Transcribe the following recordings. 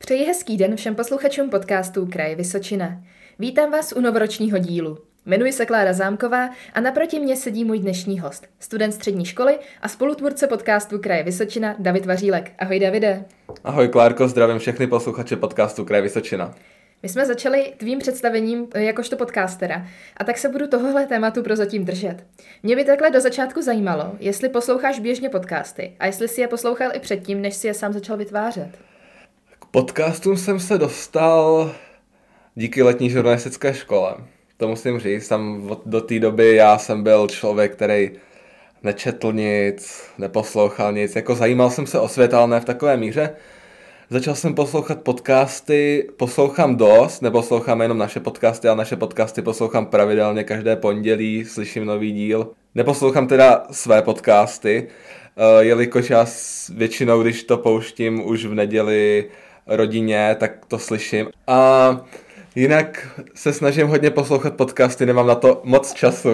Přeji hezký den všem posluchačům podcastu Kraje Vysočina. Vítám vás u novoročního dílu. Jmenuji se Klára Zámková a naproti mně sedí můj dnešní host, student střední školy a spolutvůrce podcastu Kraje Vysočina David Vařílek. Ahoj Davide. Ahoj Klárko, zdravím všechny posluchače podcastu Kraje Vysočina. My jsme začali tvým představením jakožto podcastera a tak se budu tohohle tématu prozatím držet. Mě by takhle do začátku zajímalo, jestli posloucháš běžně podcasty a jestli si je poslouchal i předtím, než si je sám začal vytvářet. K podcastům jsem se dostal díky letní žurnalistické škole. To musím říct, tam do té doby já jsem byl člověk, který nečetl nic, neposlouchal nic, jako zajímal jsem se o svět, ale ne v takové míře. Začal jsem poslouchat podcasty, poslouchám dost, neposlouchám jenom naše podcasty, ale naše podcasty poslouchám pravidelně každé pondělí, slyším nový díl. Neposlouchám teda své podcasty, jelikož já většinou, když to pouštím už v neděli rodině, tak to slyším. A jinak se snažím hodně poslouchat podcasty, nemám na to moc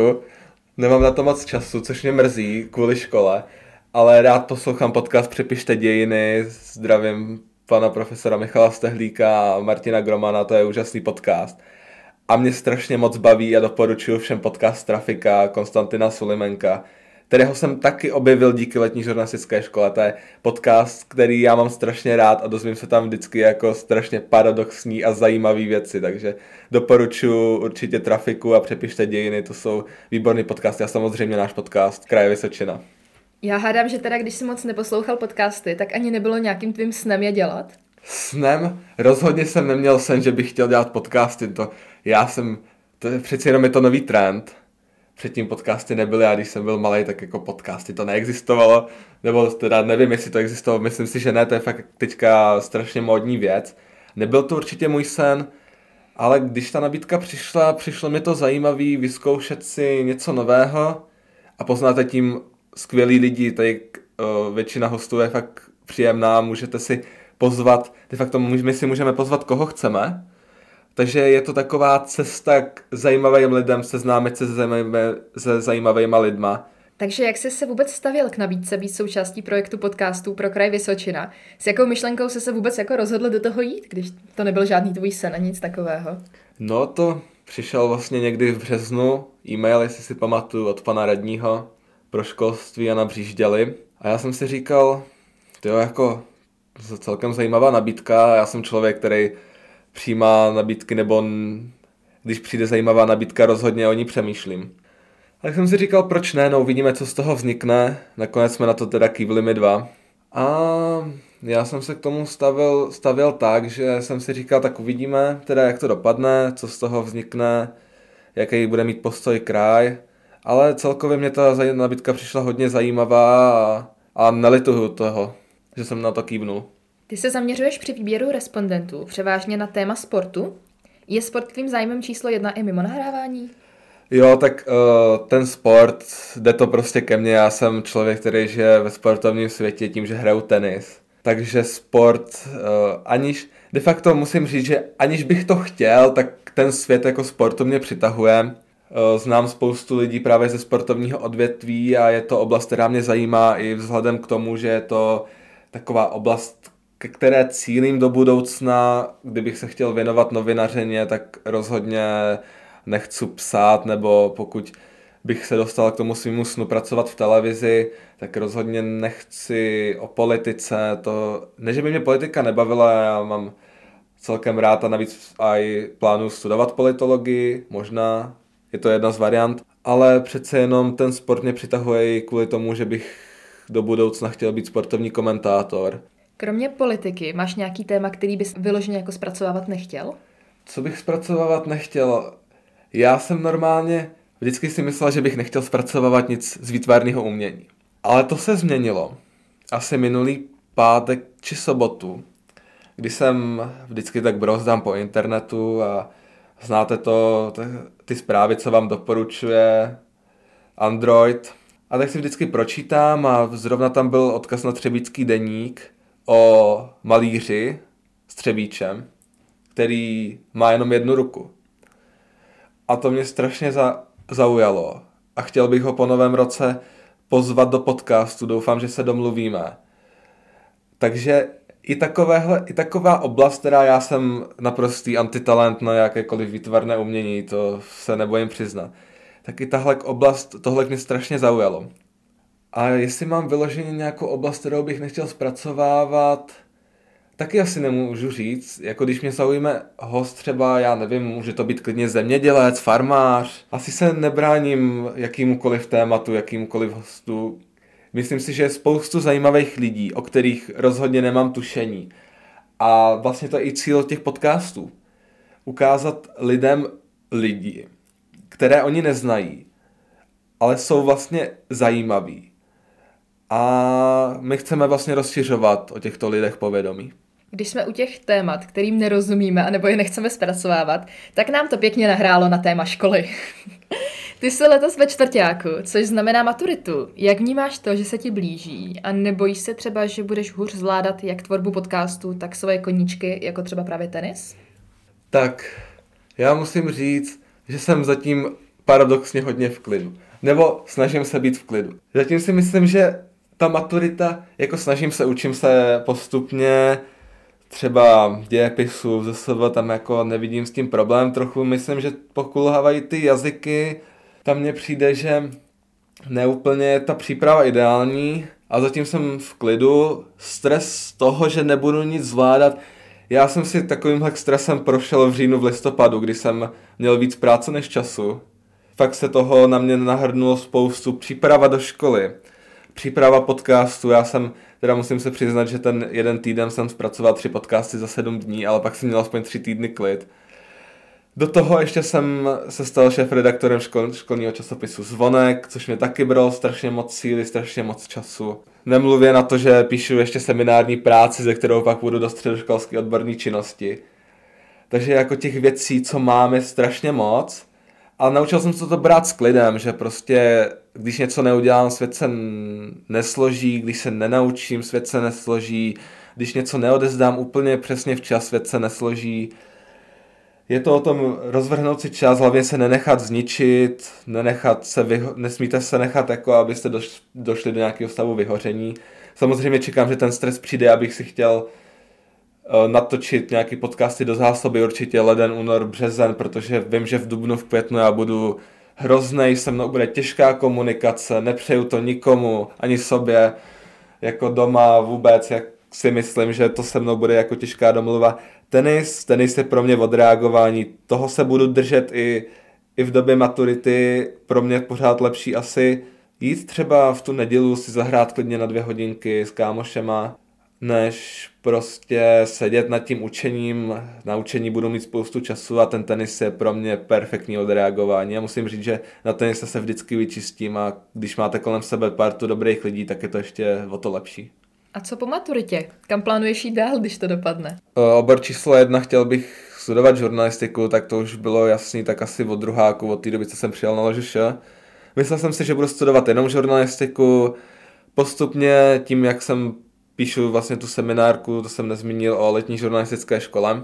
času, což mě mrzí kvůli škole, ale rád poslouchám podcast Přepište dějiny, zdravím pana profesora Michala Stehlíka a Martina Gromana, to je úžasný podcast. A mě strašně moc baví a doporučuji všem podcast Trafika Konstantina Sulimenka, kterého jsem taky objevil díky letní žurnalistické škole. To je podcast, který já mám strašně rád a dozvím se tam vždycky jako strašně paradoxní a zajímavý věci, takže doporučuji určitě Trafiku a Přepište dějiny, to jsou výborný podcasty a samozřejmě náš podcast Kraje Vysočina. Já hádám, že teda, když jsi moc neposlouchal podcasty, tak ani nebylo nějakým tvým snem je dělat? Snem? Rozhodně jsem neměl sen, že bych chtěl dělat podcasty. Přeci jenom je to nový trend. Předtím podcasty nebyly a když jsem byl malej, tak jako podcasty to neexistovalo. Nebo teda nevím, jestli to existovalo, myslím si, že ne, to je fakt teďka strašně módní věc. Nebyl to určitě můj sen, ale když ta nabídka přišlo mi to zajímavý vyzkoušet si něco nového a poznáte tím skvělí lidi, tady většina hostů je fakt příjemná, můžete si pozvat, de facto my si můžeme pozvat koho chceme, takže je to taková cesta k zajímavým lidem, seznámit se se zajímavýma lidma. Takže jak jsi se vůbec stavěl k nabídce být součástí projektu podcastů pro Kraj Vysočina? S jakou myšlenkou jsi se vůbec jako rozhodl do toho jít, když to nebyl žádný tvůj sen a nic takového? No to přišel vlastně někdy v březnu e-mail, jestli si pamatuju, od pana radního pro školství Jana Břížďaly. A já jsem si říkal, jako celkem zajímavá nabídka, já jsem člověk, který přijímá nabídky, nebo když přijde zajímavá nabídka, rozhodně o ní přemýšlím. Tak jsem si říkal, proč ne, no uvidíme, co z toho vznikne, nakonec jsme na to teda kývli my dva. A já jsem se k tomu stavěl tak, že jsem si říkal, tak uvidíme, teda jak to dopadne, co z toho vznikne, jaký bude mít postoj kraj. Ale celkově mě ta nabídka přišla hodně zajímavá a nelituju toho, že jsem na to kývnul. Ty se zaměřuješ při výběru respondentů převážně na téma sportu. Je sport tvým zájmem číslo 1 i mimo nahrávání? Jo, tak ten sport, jde to prostě ke mně. Já jsem člověk, který žije ve sportovním světě tím, že hraju tenis. Takže sport, de facto musím říct, že aniž bych to chtěl, tak ten svět jako sportu mě přitahuje. Znám spoustu lidí právě ze sportovního odvětví a je to oblast, která mě zajímá i vzhledem k tomu, že je to taková oblast, ke které cílím do budoucna. Kdybych se chtěl věnovat novinařině, tak rozhodně nechci psát, nebo pokud bych se dostal k tomu svýmu snu pracovat v televizi, tak rozhodně nechci o politice. Ne, že by mě politika nebavila, já mám celkem rád a navíc i plánuji studovat politologii, možná. Je to jedna z variant, ale přece jenom ten sport mě přitahuje i kvůli tomu, že bych do budoucna chtěl být sportovní komentátor. Kromě politiky máš nějaký téma, který bys vyloženě jako zpracovávat nechtěl? Co bych zpracovávat nechtěl? Já jsem normálně vždycky si myslel, že bych nechtěl zpracovávat nic z výtvarného umění. Ale to se změnilo. Asi minulý pátek či sobotu, kdy jsem vždycky tak brozdám po internetu a znáte ty zprávy, co vám doporučuje Android. A tak si vždycky pročítám a zrovna tam byl odkaz na Třebíčský deník o malíři s Třebíčem, který má jenom jednu ruku. A to mě strašně zaujalo. A chtěl bych ho po novém roce pozvat do podcastu. Doufám, že se domluvíme. Takže I taková oblast, která já jsem naprostý antitalent na jakékoliv výtvarné umění, to se nebojím přiznat. Tak i tahle oblast, tohle mě strašně zaujalo. A jestli mám vyloženě nějakou oblast, kterou bych nechtěl zpracovávat, taky asi nemůžu říct. Jako když mě zaujme host třeba, já nevím, může to být klidně zemědělec, farmář. Asi se nebráním jakýmukoliv tématu, jakýmukoliv hostu. Myslím si, že je spoustu zajímavých lidí, o kterých rozhodně nemám tušení. A vlastně to je i cíl těch podcastů. Ukázat lidem lidi, které oni neznají, ale jsou vlastně zajímaví. A my chceme vlastně rozšiřovat o těchto lidech povědomí. Když jsme u těch témat, kterým nerozumíme, anebo je nechceme zpracovávat, tak nám to pěkně nahrálo na téma školy. Ty jsi letos ve čtvrťáku, což znamená maturitu. Jak vnímáš to, že se ti blíží? A nebojíš se třeba, že budeš hůř zvládat jak tvorbu podcastu, tak svoje koníčky, jako třeba právě tenis? Tak, já musím říct, že jsem zatím paradoxně hodně v klidu. Nebo snažím se být v klidu. Zatím si myslím, že ta maturita, jako učím se postupně, třeba dějepisu, ZSV, tam jako nevidím s tím problém trochu. Myslím, že pokulhávají ty jazyky, tam mně přijde, že neúplně je ta příprava ideální a zatím jsem v klidu. Stres z toho, že nebudu nic zvládat. Já jsem si takovýmhle stresem prošel v říjnu, v listopadu, kdy jsem měl víc práce než času. Fakt se toho na mě nahrnulo spoustu. Příprava do školy, příprava podcastu. Já jsem, teda musím se přiznat, že ten jeden týden jsem zpracoval 3 podcasty za 7 dní, ale pak jsem měl aspoň 3 týdny klid. Do toho ještě jsem se stal šéfredaktorem školního časopisu Zvonek, což mě taky bralo strašně moc síly, strašně moc času. Nemluvě na to, že píšu ještě seminární práci, ze kterou pak půjdu do středoškolské odborné činnosti. Takže jako těch věcí, co mám, je strašně moc. Ale naučil jsem se to brát s klidem, že prostě když něco neudělám, svět se nesloží, když se nenaučím, svět se nesloží, když něco neodezdám úplně přesně včas, svět se nesloží. Je to o tom rozvrhnout si čas, hlavně se nenechat zničit, nesmíte se nechat jako, abyste došli do nějakého stavu vyhoření. Samozřejmě čekám, že ten stres přijde, abych si chtěl natočit nějaký podcasty do zásoby, určitě leden, únor, březen, protože vím, že v dubnu, v květnu já budu hroznej, se mnou bude těžká komunikace, nepřeju to nikomu, ani sobě, jako doma vůbec, jak si myslím, že to se mnou bude jako těžká domluva. Tenis je pro mě odreagování, toho se budu držet i v době maturity, pro mě pořád lepší asi jít třeba v tu neděli si zahrát klidně na 2 hodinky s kámošema, než prostě sedět nad tím učením. Na učení budu mít spoustu času a ten tenis je pro mě perfektní odreagování. Já musím říct, že na tenise se vždycky vyčistím a když máte kolem sebe partu dobrých lidí, tak je to ještě o to lepší. A co po maturitě? Kam plánuješ jít dál, když to dopadne? Obor číslo 1, chtěl bych studovat žurnalistiku, tak to už bylo jasný, tak asi od druháku, od té doby, co jsem přijel na LŽŠ. Myslel jsem si, že budu studovat jenom žurnalistiku. Postupně tím, jak jsem píšu vlastně tu seminárku, to jsem nezmínil, o letní žurnalistické škole.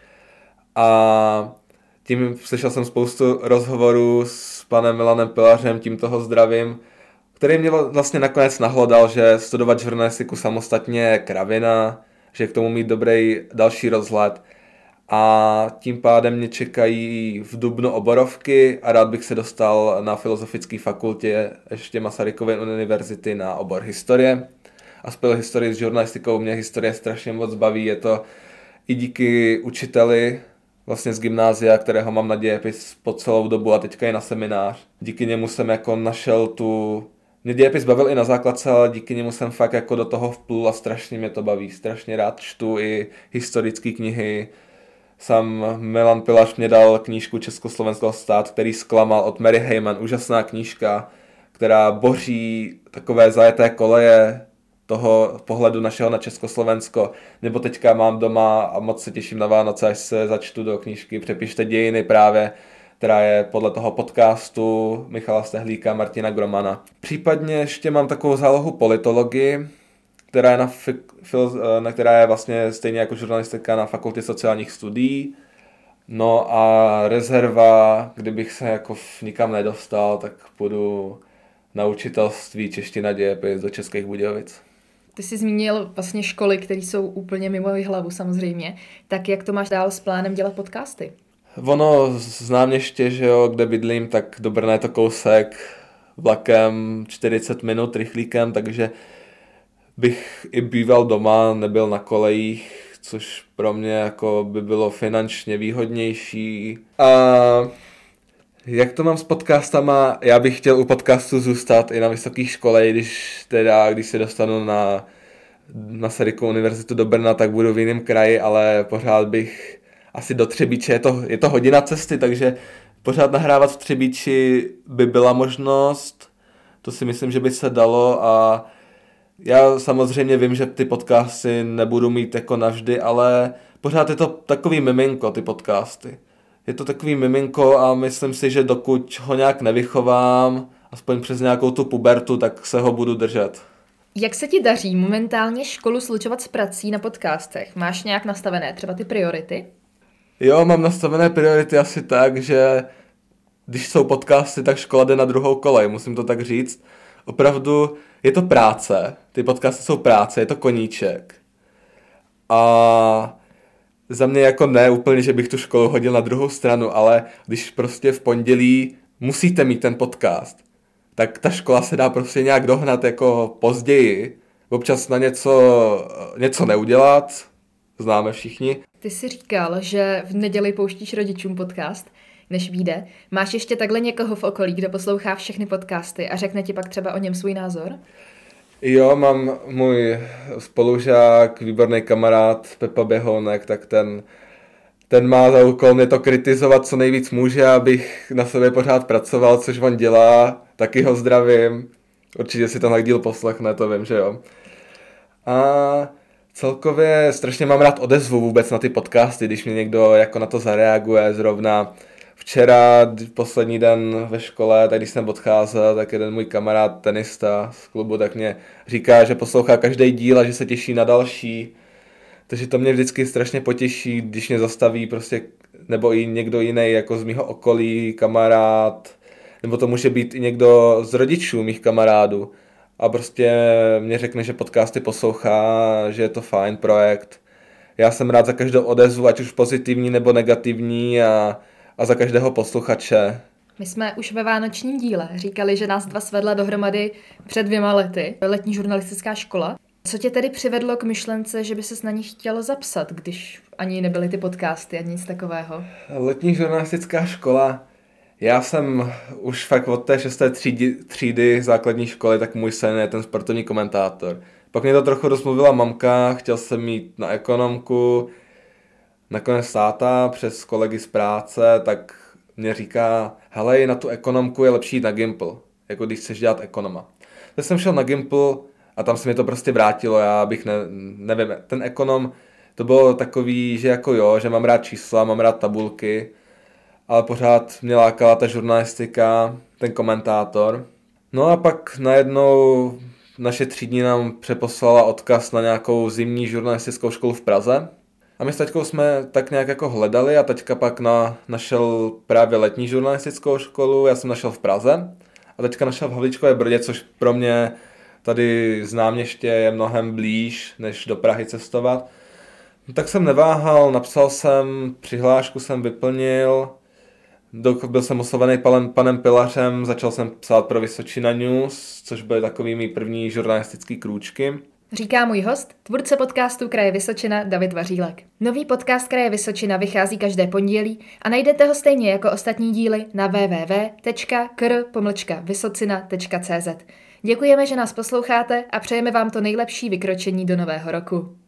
A tím slyšel jsem spoustu rozhovorů s panem Milanem Pilařem, tím toho zdravím, který mě vlastně nakonec nahlodal, že studovat žurnalistiku samostatně je kravina, že k tomu mít dobrý další rozhled. A tím pádem mě čekají v dubnu oborovky a rád bych se dostal na Filozofické fakultě ještě Masarykovy univerzity na obor historie. A spojil historii s žurnalistikou, mě historie strašně moc baví, je to i díky učiteli vlastně z gymnázia, kterého mám na dějepis po celou dobu a teďka i na seminář. Díky němu jsem jako našel mě dějepis bavil i na základce, ale díky němu jsem fakt jako do toho vplul a strašně mě to baví. Strašně rád čtu i historické knihy. Sam Milan Pilař mě dal knížku Československého stát, který zklamal, od Mary Heyman. Úžasná knížka, která boří takové zajeté koleje toho pohledu našeho na Československo. Nebo teďka mám doma a moc se těším na Vánoce, až se začtu do knížky Přepište dějiny právě, která je podle toho podcastu Michala Stehlíka, Martina Gromana. Případně ještě mám takovou zálohu politologii, která je vlastně stejně jako žurnalistika na Fakultě sociálních studií. No a rezerva, kdybych se jako nikam nedostal, tak půjdu na učitelství čeština dějepis do Českých Budějovic. Ty jsi zmínil vlastně školy, které jsou úplně mimo hlavu samozřejmě. Tak jak to máš dál s plánem dělat podcasty? Ono z Náměště, že jo, kde bydlím, tak do Brna je to kousek vlakem 40 minut rychlíkem, takže bych i býval doma, nebyl na kolejích, což pro mě jako by bylo finančně výhodnější. A jak to mám s podcastama? Já bych chtěl u podcastu zůstat i na vysoké škole, když se dostanu na Masarykovu univerzitu do Brna, tak budu v jiném kraji, ale pořád bych asi do Třebíče, je to hodina cesty, takže pořád nahrávat v Třebíči by byla možnost, to si myslím, že by se dalo a já samozřejmě vím, že ty podcasty nebudu mít jako navždy, ale pořád je to takový miminko, ty podcasty. Je to takový miminko a myslím si, že dokud ho nějak nevychovám, aspoň přes nějakou tu pubertu, tak se ho budu držet. Jak se ti daří momentálně školu slučovat s prací na podcastech? Máš nějak nastavené třeba ty priority? Jo, mám nastavené priority asi tak, že když jsou podcasty, tak škola jde na druhou kolej, musím to tak říct. Opravdu je to práce, ty podcasty jsou práce, je to koníček. A za mě jako ne úplně, že bych tu školu hodil na druhou stranu, ale když prostě v pondělí musíte mít ten podcast, tak ta škola se dá prostě nějak dohnat jako později, občas na něco neudělat, známe všichni. Ty jsi říkal, že v neděli pouštíš rodičům podcast, než vyjde. Máš ještě takhle někoho v okolí, kdo poslouchá všechny podcasty a řekne ti pak třeba o něm svůj názor? Jo, mám můj spolužák, výborný kamarád Pepa Běhounek, tak ten má za úkol mě to kritizovat, co nejvíc může, abych na sobě pořád pracoval, což on dělá, taky ho zdravím. Určitě si tenhle díl poslechne, to vím, že jo. A celkově strašně mám rád odezvu vůbec na ty podcasty, když mě někdo jako na to zareaguje. Zrovna včera, poslední den ve škole, tak když jsem odcházel, tak jeden můj kamarád, tenista z klubu, tak mě říká, že poslouchá každý díl a že se těší na další. Takže to mě vždycky strašně potěší, když mě zastaví prostě, nebo i někdo jiný jako z mýho okolí, kamarád, nebo to může být i někdo z rodičů mých kamarádů. A prostě mě řekne, že podcasty poslouchá, že je to fajn projekt. Já jsem rád za každou odezvu, ať už pozitivní nebo negativní a za každého posluchače. My jsme už ve vánočním díle říkali, že nás dva svedla dohromady před 2 lety, letní žurnalistická škola. Co tě tedy přivedlo k myšlence, že by ses na ní chtěl zapsat, když ani nebyly ty podcasty, ani nic takového? Letní žurnalistická škola. Já jsem už fakt od té 6. třídy základní školy, tak můj sen je ten sportovní komentátor. Pak mě to trochu rozmluvila mamka, chtěl jsem jít na ekonomku, nakonec táta přes kolegy z práce, tak mě říká, hele, na tu ekonomku je lepší jít na Gimpl, jako když chceš dělat ekonoma. Tak jsem šel na Gimpl a tam se mi to prostě vrátilo, já bych nevím, ten ekonom, to bylo takový, že jako jo, že mám rád čísla, mám rád tabulky, ale pořád mě lákala ta žurnalistika, ten komentátor. No a pak najednou naše třídní nám přeposlala odkaz na nějakou zimní žurnalistickou školu v Praze. A my s taťkou jsme tak nějak jako hledali a taťka pak našel právě letní žurnalistickou školu, já jsem našel v Praze a taťka našel v Havlíčkové Brodě, což pro mě tady z Náměště je mnohem blíž, než do Prahy cestovat. No, tak jsem neváhal, napsal jsem, přihlášku jsem vyplnil, byl jsem oslovený panem Pilařem, začal jsem psát pro Vysočina News, což byly takový mý první žurnalistický krůčky. Říká můj host, tvůrce podcastu Kraje Vysočina David Vařílek. Nový podcast Kraje Vysočina vychází každé pondělí a najdete ho stejně jako ostatní díly na www.kr-vysocina.cz. Děkujeme, že nás posloucháte a přejeme vám to nejlepší vykročení do nového roku.